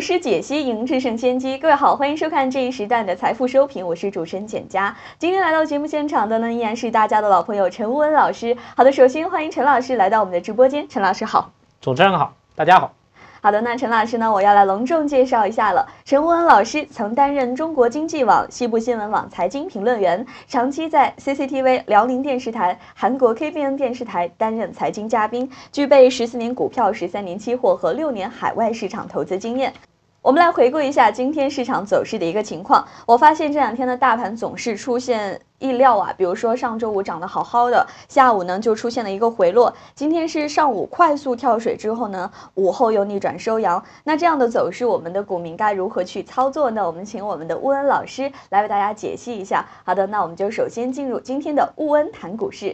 名师解析，赢制胜先机。各位好，欢迎收看这一时段的财富收评，我是主持人简佳。今天来到节目现场的呢，依然是大家的老朋友陈悟恩老师。好的，首先欢迎陈老师来到我们的直播间。陈老师好。 主持人好，大家好。 好的，那陈老师呢，我要来隆重介绍一下了。陈悟恩老师曾担任中国经济网、西部新闻网财经评论员，长期在 CCTV、辽宁电视台、韩国 KBN 电视台担任财经嘉宾，具备14年股票、13年期货和6年海外市场投资经验。我们来回顾一下今天市场走势的一个情况。我发现这两天的大盘总是出现意料啊，比如说上周五涨得好好的，下午呢就出现了一个回落。今天是上午快速跳水之后呢，午后又逆转收阳。那这样的走势，我们的股民该如何去操作呢？我们请我们的悟恩老师来为大家解析一下。好的，那我们就首先进入今天的悟恩谈股市。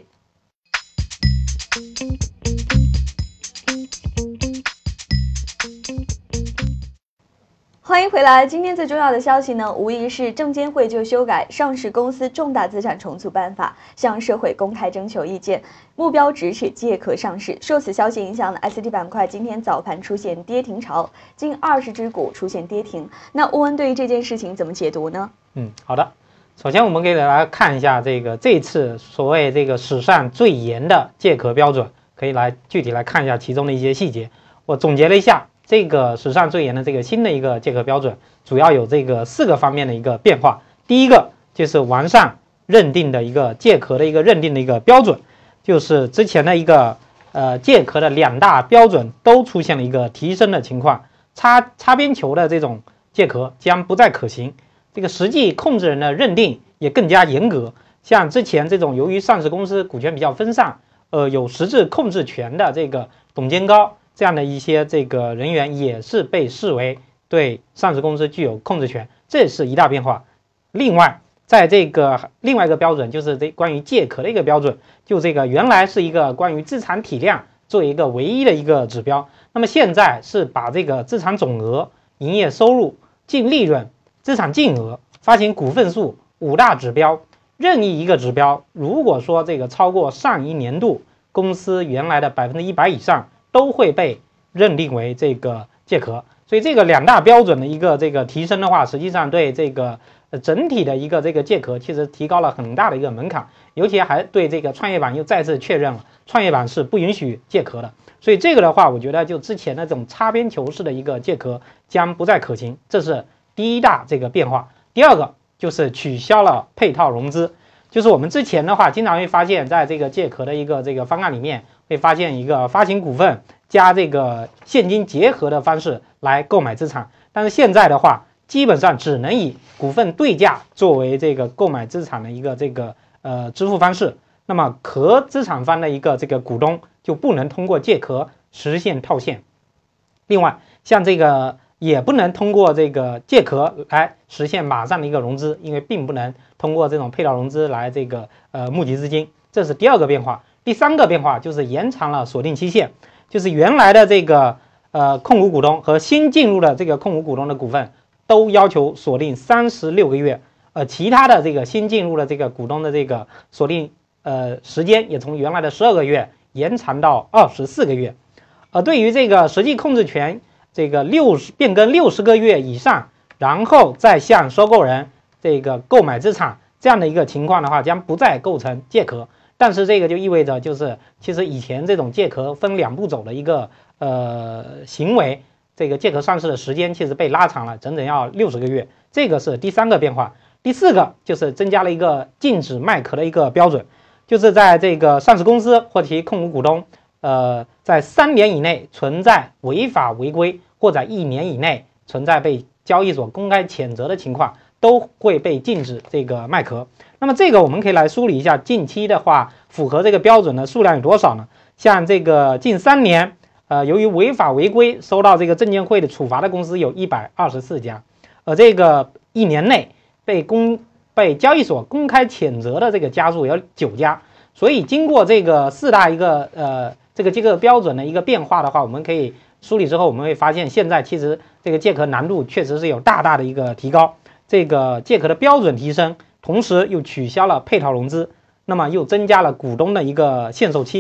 欢迎回来。今天最重要的消息呢，无疑是证监会就修改上市公司重大资产重组办法，向社会公开征求意见，目标直指借壳上市。受此消息影响呢 ，ICT 板块今天早盘出现跌停潮，近20只股出现跌停。那悟恩对于这件事情怎么解读呢？ 好的。首先我们可以来看一下这次所谓史上最严的借壳标准，可以来具体来看一下其中的一些细节。我总结了一下。这个史上最严的新的一个借壳标准，主要有4个方面的一个变化。第一个就是完善认定的一个借壳的一个认定的一个标准，就是之前的一个借壳的2大标准都出现了一个提升的情况，擦边球的这种借壳将不再可行，这个实际控制人的认定也更加严格。像之前这种由于上市公司股权比较分散，有实质控制权的董监高。这样的一些人员也是被视为对上市公司具有控制权，这是一大变化。另外，在另外一个标准就是关于借壳的一个标准，就原来是一个关于资产体量作为一个唯一的一个指标，那么现在是把资产总额、营业收入、净利润、资产净额、发行股份数5大指标，任意一个指标，如果说超过上一年度公司原来的100%以上，都会被认定为借壳，所以2大标准的一个提升的话，实际上对整体的一个借壳其实提高了很大的一个门槛，尤其还对创业板又再次确认了创业板是不允许借壳的，所以的话，我觉得就之前的这种擦边球式的一个借壳将不再可行，这是第一大变化。第二个就是取消了配套融资，就是我们之前的话经常会发现，在借壳的一个方案里面。会发现一个发行股份加现金结合的方式来购买资产，但是现在的话，基本上只能以股份对价作为购买资产的一个支付方式。那么壳资产方的一个股东就不能通过借壳实现套现。另外，像也不能通过借壳来实现马上的一个融资，因为并不能通过这种配套融资来募集资金，这是第二个变化。第3个变化就是延长了锁定期限，就是原来的控股股东和新进入的控股股东的股份都要求锁定36个月，其他的新进入的股东的锁定时间也从原来的12个月延长到24个月，对于实际控制权变更60个月以上，然后再向收购人购买资产这样的一个情况的话，将不再构成借壳。但是就意味着其实以前这种借壳分2步走的一个行为，借壳上市的时间其实被拉长了，整整要60个月，这个是第3个变化。第4个就是增加了一个禁止卖壳的一个标准，就是在上市公司或其控股股东在3年以内存在违法违规，或者1年以内存在被交易所公开谴责的情况，都会被禁止卖壳。那么我们可以来梳理一下，近期的话符合标准的数量有多少呢？像近3年，由于违法违规收到证监会的处罚的公司有124家，而1年内被交易所公开谴责的家数有9家。所以经过4大借壳标准的一个变化的话，我们可以梳理之后，我们会发现现在其实借壳难度确实是有大大的一个提高，借壳的标准提升。同时又取消了配套融资，那么又增加了股东的一个限售期，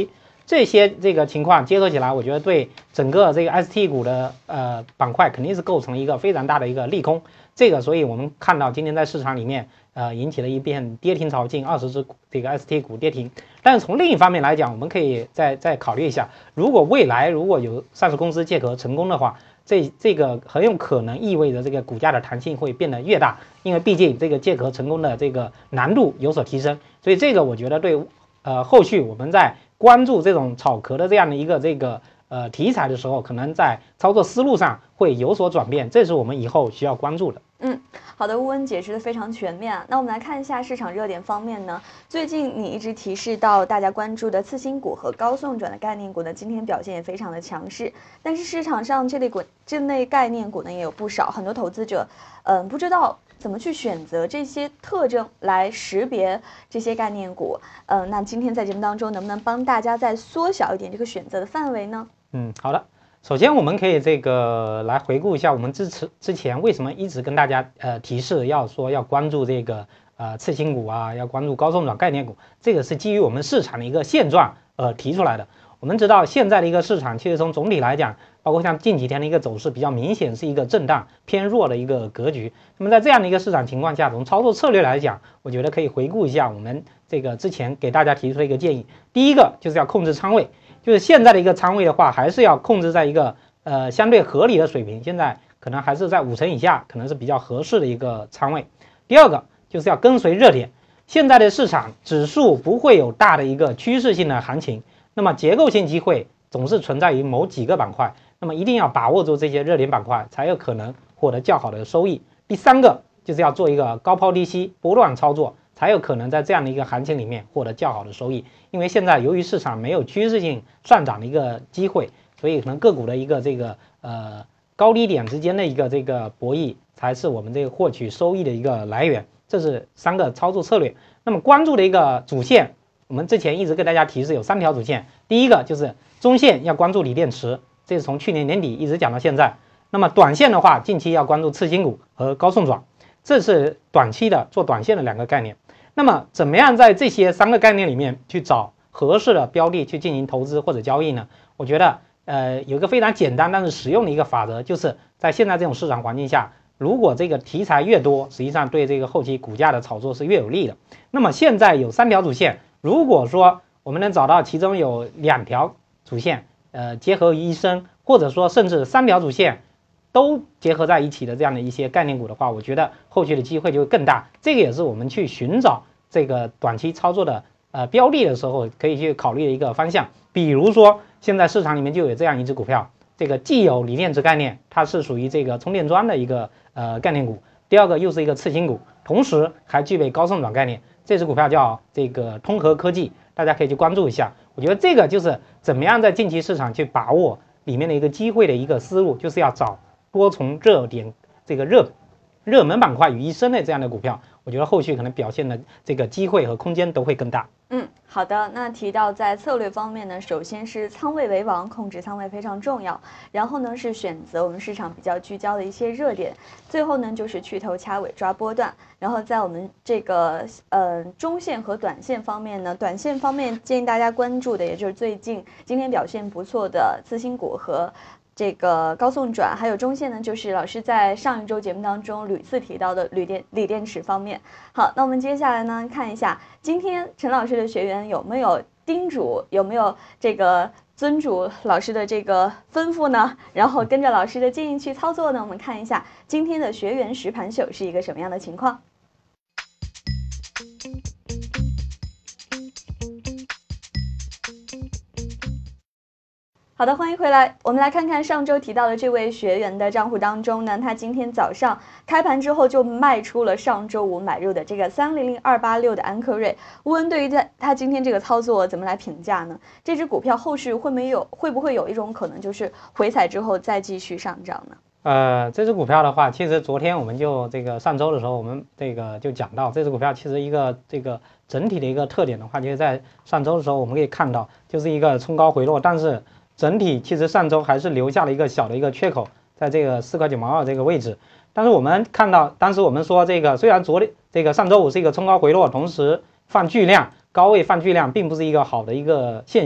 这些这个情况结合起来，我觉得对整个这个 ST 股的板块肯定是构成了一个非常大的一个利空。这个，所以我们看到今天在市场里面引起了一片跌停潮，近20只这个 ST 股跌停。但是从另一方面来讲，我们可以再考虑一下，如果未来如果有上市公司借壳成功的话，这个很有可能意味着这个股价的弹性会变得越大，因为毕竟这个借壳成功的这个难度有所提升。所以这个我觉得对后续我们在关注这种炒壳的这样的一个题材的时候，可能在操作思路上会有所转变，这是我们以后需要关注的。 好的，乌恩解释的非常全面啊。那我们来看一下市场热点方面呢，最近你一直提示到大家关注的次新股和高送转的概念股呢，今天表现也非常的强势。但是市场上这类概念股呢也有不少，很多投资者不知道怎么去选择这些特征来识别这些概念股。那今天在节目当中能不能帮大家再缩小一点这个选择的范围呢？ 好的。首先，我们可以来回顾一下我们之前为什么一直跟大家提示要关注这个次新股啊，要关注高送转概念股，这个是基于我们市场的一个现状提出来的。我们知道现在的一个市场，其实从总体来讲，包括像近几天的一个走势比较明显是一个震荡偏弱的一个格局。那么在这样的一个市场情况下，从操作策略来讲，我觉得可以回顾一下我们这个之前给大家提出的一个建议。第一个就是要控制仓位。就是现在的一个仓位的话，还是要控制在一个相对合理的水平，现在可能还是在5成以下，可能是比较合适的一个仓位。第二个就是要跟随热点，现在的市场指数不会有大的一个趋势性的行情，那么结构性机会总是存在于某几个板块，那么一定要把握住这些热点板块，才有可能获得较好的收益。第三个就是要做一个高抛低吸波段操作，才有可能在这样的一个行情里面获得较好的收益。因为现在由于市场没有趋势性上涨的一个机会，所以可能个股的一个高低点之间的一个博弈，才是我们这个获取收益的一个来源。这是3个操作策略。那么关注的一个主线，我们之前一直跟大家提示有3条主线。第一个就是中线要关注锂电池，这是从去年年底一直讲到现在。那么短线的话，近期要关注次新股和高送转，这是短期的做短线的2个概念。那么怎么样在这些3个概念里面去找合适的标的去进行投资或者交易呢？我觉得有一个非常简单但是实用的一个法则，就是在现在这种市场环境下，如果这个题材越多，实际上对这个后期股价的炒作是越有利的。那么现在有3条主线，如果说我们能找到其中有2条主线结合于一身，或者说甚至3条主线都结合在一起的这样的一些概念股的话，我觉得后续的机会就会更大。这个也是我们去寻找这个短期操作的标的的时候可以去考虑的一个方向。比如说现在市场里面就有这样一只股票，这个既有锂电池概念，它是属于这个充电桩的一个概念股，第二个又是一个次新股，同时还具备高送转概念。这只股票叫这个通和科技，大家可以去关注一下。我觉得这个就是怎么样在近期市场去把握里面的一个机会的一个思路，就是要找多重热点这个热门板块于一身的这样的股票，我觉得后续可能表现的这个机会和空间都会更大。 好的。那提到在策略方面呢，首先是仓位为王，控制仓位非常重要。然后呢是选择我们市场比较聚焦的一些热点，最后呢就是去头掐尾抓波段。然后在我们这个中线和短线方面呢，短线方面建议大家关注的，也就是今天表现不错的次新股和这个高送转，还有中线呢，就是老师在上一周节目当中屡次提到的锂电池方面。好，那我们接下来呢，看一下今天陈老师的学员有没有叮嘱，有没有这个遵主老师的这个吩咐呢？然后跟着老师的建议去操作呢？我们看一下今天的学员实盘秀是一个什么样的情况。好的，欢迎回来。我们来看看上周提到的这位学员的账户当中呢，他今天早上开盘之后就卖出了上周五买入的这个300286的安科瑞。乌恩对于他今天这个操作怎么来评价呢？这只股票后续会不会有一种可能，就是回踩之后再继续上涨呢？ 这只股票的话，其实昨天我们就上周的时候，我们就讲到这只股票其实一个整体的一个特点的话，就是在上周的时候我们可以看到，就是一个冲高回落，但是整体其实上周还是留下了一个小的一个缺口，在这个4.9毛2这个位置。但是我们看到，当时我们说虽然上周五是一个冲高回落，同时放巨量，高位放巨量并不是一个好的一个现象。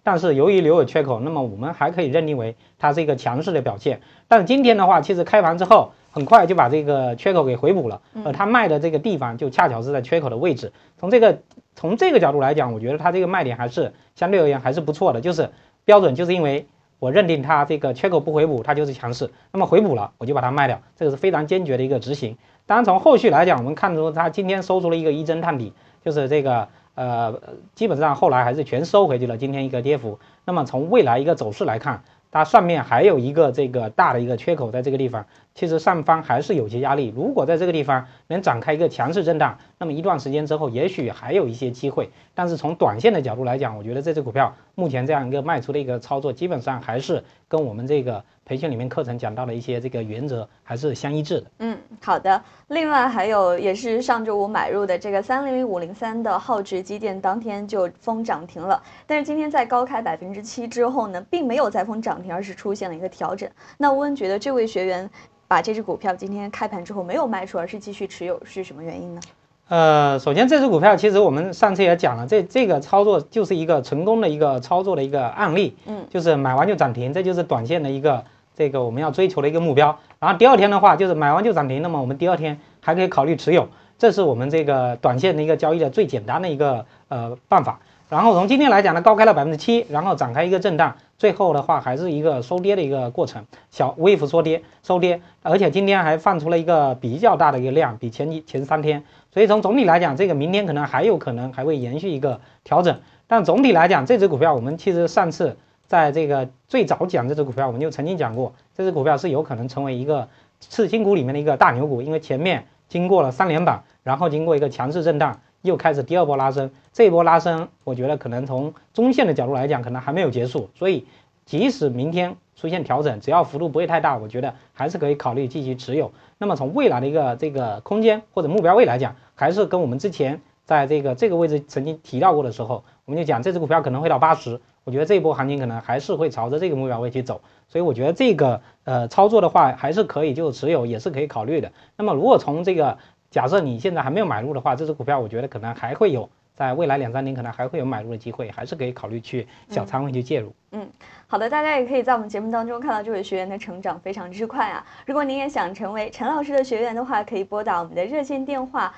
但是由于留有缺口，那么我们还可以认定为它是一个强势的表现。但是今天的话，其实开盘之后很快就把这个缺口给回补了，而它卖的这个地方就恰巧是在缺口的位置。从这个角度来讲，我觉得它这个卖点还是相对而言还是不错的，就是标准就是因为我认定它这个缺口不回补，它就是强势，那么回补了我就把它卖掉，这个是非常坚决的一个执行。当然从后续来讲，我们看出它今天收出了一个一针探底，就是这个基本上后来还是全收回去了，今天一个跌幅。那么从未来一个走势来看，它上面还有一个这个大的一个缺口在这个地方，其实上方还是有些压力。如果在这个地方能展开一个强势震荡，那么一段时间之后也许还有一些机会。但是从短线的角度来讲，我觉得这只股票目前这样一个卖出的一个操作，基本上还是跟我们这个培训里面课程讲到的一些这个原则还是相一致的。 好的。另外还有也是上周五买入的这个300503的浩智机电，当天就封涨停了，但是今天在高开7%之后呢，并没有再封涨停，而是出现了一个调整。那吴文觉得这位学员把这只股票今天开盘之后没有卖出，而是继续持有，是什么原因呢？ 首先这只股票其实我们上次也讲了，这个操作就是一个成功的一个操作的一个案例，就是买完就涨停，这就是短线的一个这个我们要追求的一个目标。然后第二天的话，就是买完就涨停，那么我们第二天还可以考虑持有，这是我们这个短线的一个交易的最简单的一个办法。然后从今天来讲呢，高开了7%，然后展开一个震荡，最后的话还是一个收跌的一个过程，小微幅收跌，而且今天还放出了一个比较大的一个量，比前3天，所以从总体来讲，这个明天可能还会延续一个调整。但总体来讲，这只股票我们其实上次在这个最早讲这只股票，我们就曾经讲过，这只股票是有可能成为一个次新股里面的一个大牛股，因为前面经过了3连板，然后经过一个强势震荡，又开始第二波拉升，这一波拉升我觉得可能从中线的角度来讲可能还没有结束，所以即使明天出现调整，只要幅度不会太大，我觉得还是可以考虑继续持有。那么从未来的一个这个空间或者目标位来讲，还是跟我们之前在这个位置曾经提到过的时候，我们就讲这只股票可能会到80，我觉得这一波行情可能还是会朝着这个目标位去走，所以我觉得这个操作的话还是可以就持有，也是可以考虑的。那么如果从这个假设你现在还没有买入的话，这只股票我觉得可能还会有在未来2-3年可能还会有买入的机会，还是可以考虑去小仓位去介入。 好的，大家也可以在我们节目当中看到这位学员的成长非常之快啊！如果您也想成为陈老师的学员的话，可以拨打我们的热线电话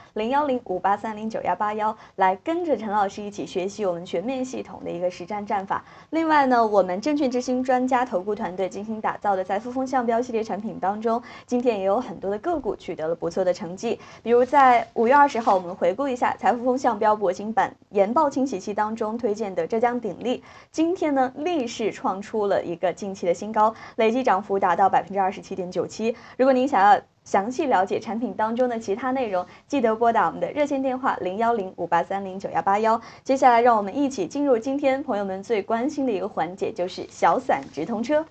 01058309181，来跟着陈老师一起学习我们全面系统的一个实战战法。另外呢，我们证券之星专家投顾团队精心打造的在富风向标系列产品当中，今天也有很多的个股取得了不错的成绩。比如在5月20号，我们回顾一下财富风向标铂金版研报清洗期当中推荐的浙江鼎力，今天呢逆势创出了一个近期的新高，累计涨幅达到27.97%。如果您想要详细了解产品当中的其他内容，记得拨打我们的热线电话01058309181。接下来让我们一起进入今天朋友们最关心的一个环节，就是小散直通车。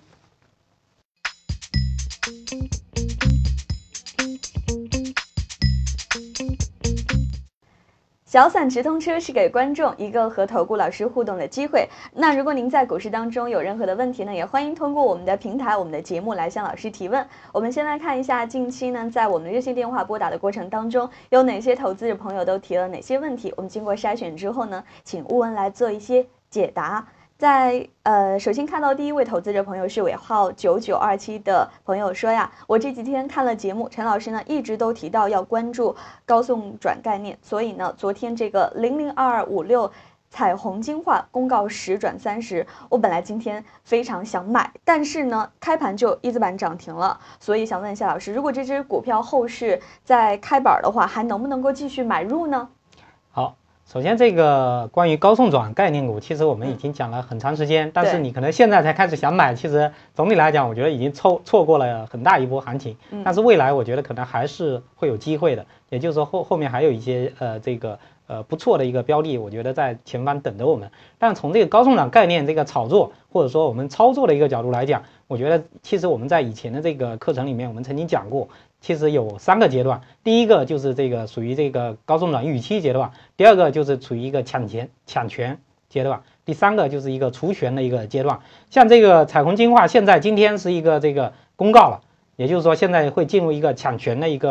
小散直通车是给观众一个和投顾老师互动的机会。那如果您在股市当中有任何的问题呢，也欢迎通过我们的平台、我们的节目来向老师提问。我们先来看一下近期呢，在我们热线电话拨打的过程当中，有哪些投资者朋友都提了哪些问题。我们经过筛选之后呢，请吴文来做一些解答。首先看到第一位投资者朋友是尾号9927的朋友说呀，我这几天看了节目，陈老师呢一直都提到要关注高送转概念，所以呢，昨天这个002256彩虹金化公告10转30，我本来今天非常想买，但是呢，开盘就一字板涨停了，所以想问一下老师，如果这只股票后市在开板的话，还能不能够继续买入呢？ 好。首先，这个关于高送转概念股，其实我们已经讲了很长时间，但是你可能现在才开始想买，其实总体来讲，我觉得已经错过了很大一波行情。但是未来我觉得可能还是会有机会的，也就是说后面还有一些不错的一个标的，我觉得在前方等着我们。但从这个高送转概念这个炒作或者说我们操作的一个角度来讲，我觉得其实我们在以前的这个课程里面，我们曾经讲过。其实有3个阶段，第一个就是这个属于这个高送转预期阶段，第二个就是处于一个抢权阶段，第3个就是一个除权的一个阶段。像这个彩虹金化，今天是一个这个公告了，也就是说现在会进入一个抢权的一个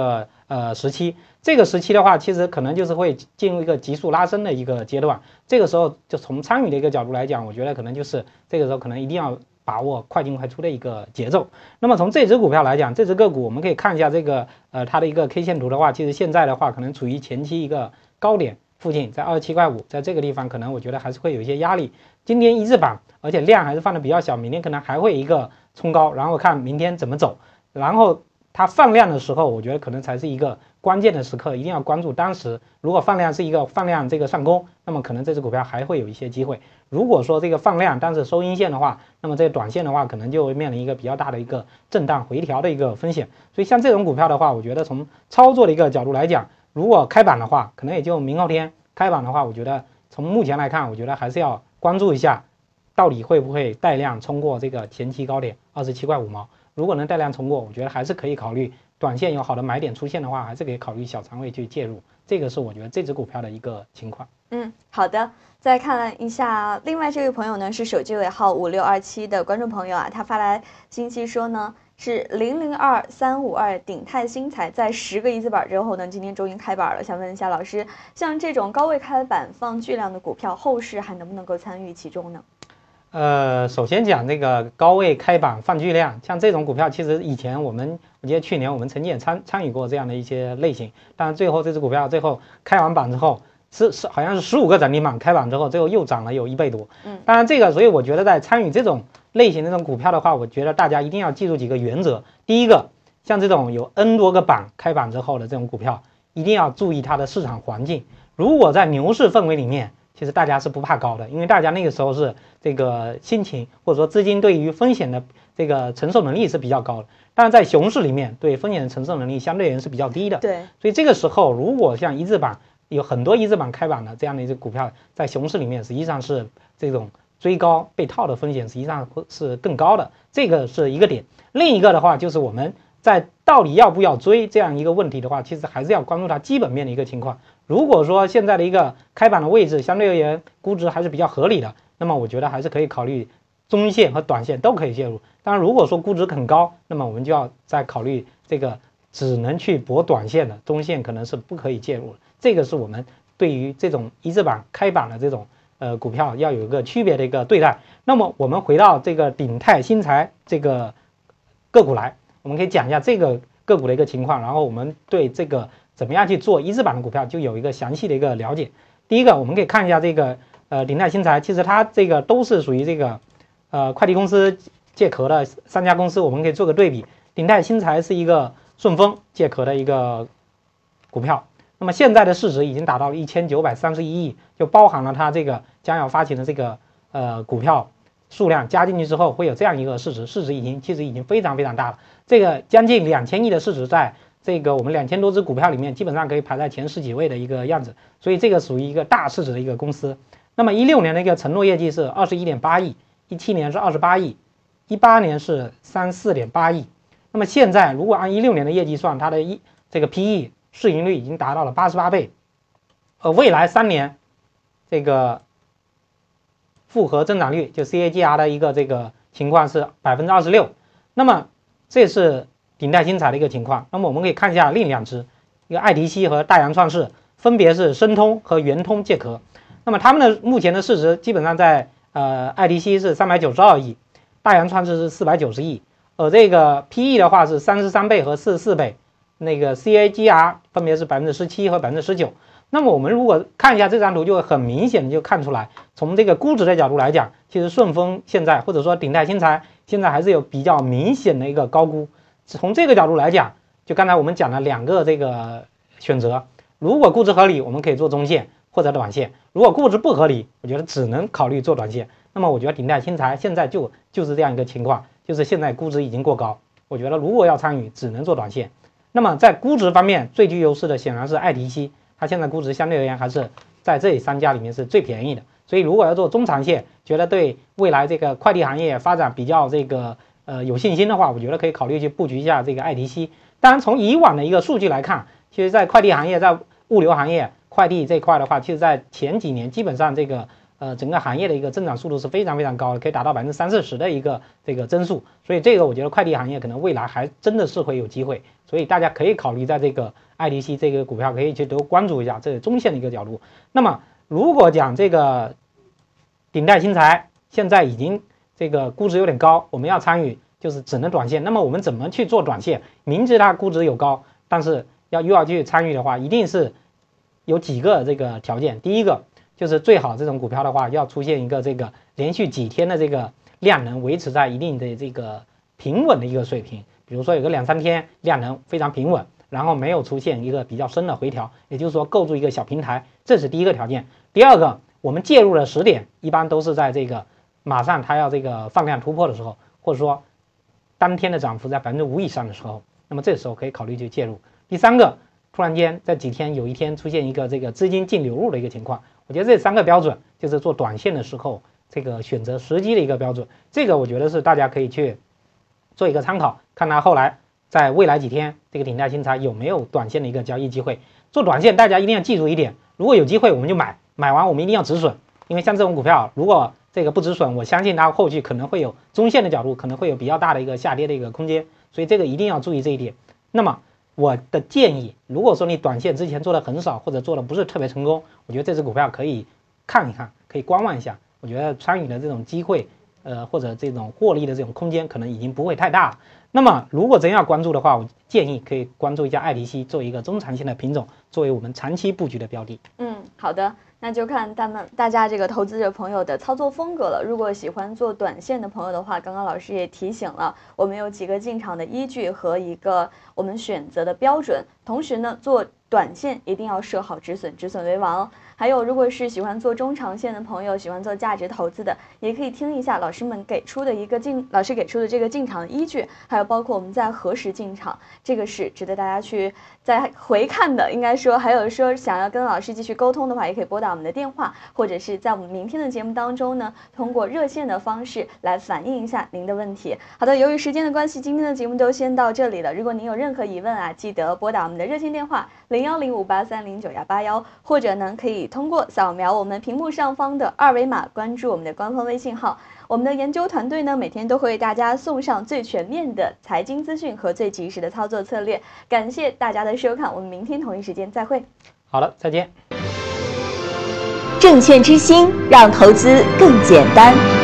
时期。这个时期的话，其实可能就是会进入一个急速拉升的一个阶段。这个时候就从参与的一个角度来讲，我觉得可能就是这个时候可能一定要把握快进快出的一个节奏。那么从这只股票来讲，这只个股我们可以看一下这个它的一个 K 线图的话，其实现在的话可能处于前期一个高点附近，在27.5块，在这个地方可能我觉得还是会有一些压力。今天一字板，而且量还是放的比较小，明天可能还会一个冲高，然后看明天怎么走。然后它放量的时候，我觉得可能才是一个关键的时刻，一定要关注当时。如果放量是一个放量这个上攻，那么可能这只股票还会有一些机会。如果说这个放量但是收阴线的话，那么这个短线的话可能就会面临一个比较大的一个震荡回调的一个风险。所以像这种股票的话，我觉得从操作的一个角度来讲，如果开板的话，可能也就明后天开板的话，我觉得从目前来看，我觉得还是要关注一下，到底会不会带量冲过这个前期高点27.5块。如果能带量冲过，我觉得还是可以考虑短线有好的买点出现的话，还是可以考虑小仓位去介入。这个是我觉得这只股票的一个情况。 好的。再看一下，另外这位朋友呢是手机尾号5627的观众朋友啊，他发来信息说呢，是002352鼎泰新材在10个一字板之后呢，今天终于开板了。想问一下老师，像这种高位开板放巨量的股票，后市还能不能够参与其中呢？ 首先讲这个高位开板放巨量，像这种股票，其实以前我记得去年我们曾经也参与过这样的一些类型，但最后这只股票最后开完板之后，好像是15个涨停板开板之后，最后又涨了有1倍多。当然这个，所以我觉得在参与这种类型的这种股票的话，我觉得大家一定要记住几个原则。第一个，像这种有 N 多个板开板之后的这种股票，一定要注意它的市场环境。如果在牛市氛围里面，其实大家是不怕高的，因为大家那个时候是这个心情或者说资金对于风险的这个承受能力是比较高的。但是在熊市里面，对风险的承受能力相对而言是比较低的。 对， 所以这个时候，如果像一字板有很多一字板开板的这样的一只股票，在熊市里面实际上是这种追高被套的风险实际上是更高的，这个是一个点。另一个的话就是我们在到底要不要追这样一个问题的话，其实还是要关注它基本面的一个情况。如果说现在的一个开板的位置相对而言估值还是比较合理的，那么我觉得还是可以考虑中线和短线都可以介入。当然如果说估值很高，那么我们就要再考虑这个只能去搏短线的，中线可能是不可以介入的。这个是我们对于这种一字板开板的这种股票要有一个区别的一个对待。那么我们回到这个鼎泰新材这个个股来，我们可以讲一下这个个股的一个情况，然后我们对这个怎么样去做一字板的股票就有一个详细的一个了解。第一个，我们可以看一下这个鼎泰新材，其实它这个都是属于这个快递公司借壳的3家公司，我们可以做个对比。鼎泰新材是一个顺丰借壳的一个股票，那么现在的市值已经达到了1931亿，就包含了它这个将要发行的这个股票数量加进去之后，会有这样一个市值其实已经非常非常大了。这个将近2000亿的市值，在这个我们2000多只股票里面，基本上可以排在前10几位的一个样子，所以这个属于一个大市值的一个公司。那么16年的一个承诺业绩是21.8亿，17年是28亿，18年是34.8亿。那么现在如果按16年的业绩算，它的这个 PE 市盈率已经达到了88倍，未来3年这个复合增长率就 CAGR 的一个这个情况是26%。那么这是鼎泰新材的一个情况。那么我们可以看一下另2只，一个爱迪西和大洋创世，分别是申通和圆通借壳。那么他们的目前的市值基本上在爱迪西是392亿，大洋创世是490亿，而这个 PE 的话是33倍和44倍，那个 CAGR 分别是17%和19%。那么我们如果看一下这张图，就会很明显的就看出来，从这个估值的角度来讲，其实顺丰现在或者说鼎泰新材现在还是有比较明显的一个高估。从这个角度来讲，就刚才我们讲了2个这个选择，如果估值合理，我们可以做中线或者短线；如果估值不合理，我觉得只能考虑做短线。那么我觉得鼎泰新材现在就是这样一个情况，就是现在估值已经过高，我觉得如果要参与，只能做短线。那么在估值方面最具优势的显然是爱迪西，它现在估值相对而言还是在这3家里面是最便宜的。所以如果要做中长线，觉得对未来这个快递行业发展比较这个有信心的话，我觉得可以考虑去布局一下这个爱迪西。当然从以往的一个数据来看，其实在快递行业，在物流行业快递这块的话，其实在前几年基本上这个整个行业的一个增长速度是非常非常高的，可以达到30%-40%的一个这个增速，所以这个我觉得快递行业可能未来还真的是会有机会，所以大家可以考虑在这个IDC 这个股票可以去多关注一下这个中线的一个角度。那么如果讲这个鼎泰新材现在已经这个估值有点高，我们要参与就是只能短线，那么我们怎么去做短线？明知它估值有高，但是又要去参与的话，一定是有几个这个条件。第一个就是最好这种股票的话，要出现一个这个连续几天的这个量能维持在一定的这个平稳的一个水平，比如说有个2-3天量能非常平稳，然后没有出现一个比较深的回调，也就是说构筑一个小平台，这是第一个条件。第二个，我们介入的时点一般都是在这个马上它要这个放量突破的时候，或者说当天的涨幅在5%以上的时候，那么这时候可以考虑去介入。第三个，突然间这几天有一天出现一个这个资金净流入的一个情况，我觉得这3个标准就是做短线的时候这个选择时机的一个标准，这个我觉得是大家可以去做一个参考，看它后来在未来几天这个鼎泰新材有没有短线的一个交易机会。做短线大家一定要记住一点，如果有机会我们就买，买完我们一定要止损，因为像这种股票如果这个不止损，我相信它后续可能会有中线的角度可能会有比较大的一个下跌的一个空间，所以这个一定要注意这一点。那么我的建议，如果说你短线之前做的很少或者做的不是特别成功，我觉得这只股票可以看一看，可以观望一下，我觉得参与的这种机会或者这种获利的这种空间可能已经不会太大了。那么如果真要关注的话，我建议可以关注一下IDC，做一个中长线的品种，作为我们长期布局的标的。 好的，那就看大家这个投资者朋友的操作风格了。如果喜欢做短线的朋友的话，刚刚老师也提醒了，我们有几个进场的依据和一个我们选择的标准。同时呢，做短线一定要设好止损，止损为王。还有，如果是喜欢做中长线的朋友，喜欢做价值投资的，也可以听一下老师给出的这个进场依据，还有包括我们在何时进场，这个是值得大家去再回看的。应该说，还有说想要跟老师继续沟通的话，也可以拨打我们的电话，或者是在我们明天的节目当中呢，通过热线的方式来反映一下您的问题。好的，由于时间的关系，今天的节目就先到这里了。如果您有任何疑问记得拨打我们的热线电话010583098181，或者呢可以通过扫描我们屏幕上方的2维码关注我们的官方微信号。我们的研究团队呢每天都会为大家送上最全面的财经资讯和最及时的操作策略。感谢大家的收看，我们明天同一时间再会。 好了，再见。 证券之星，让投资更简单。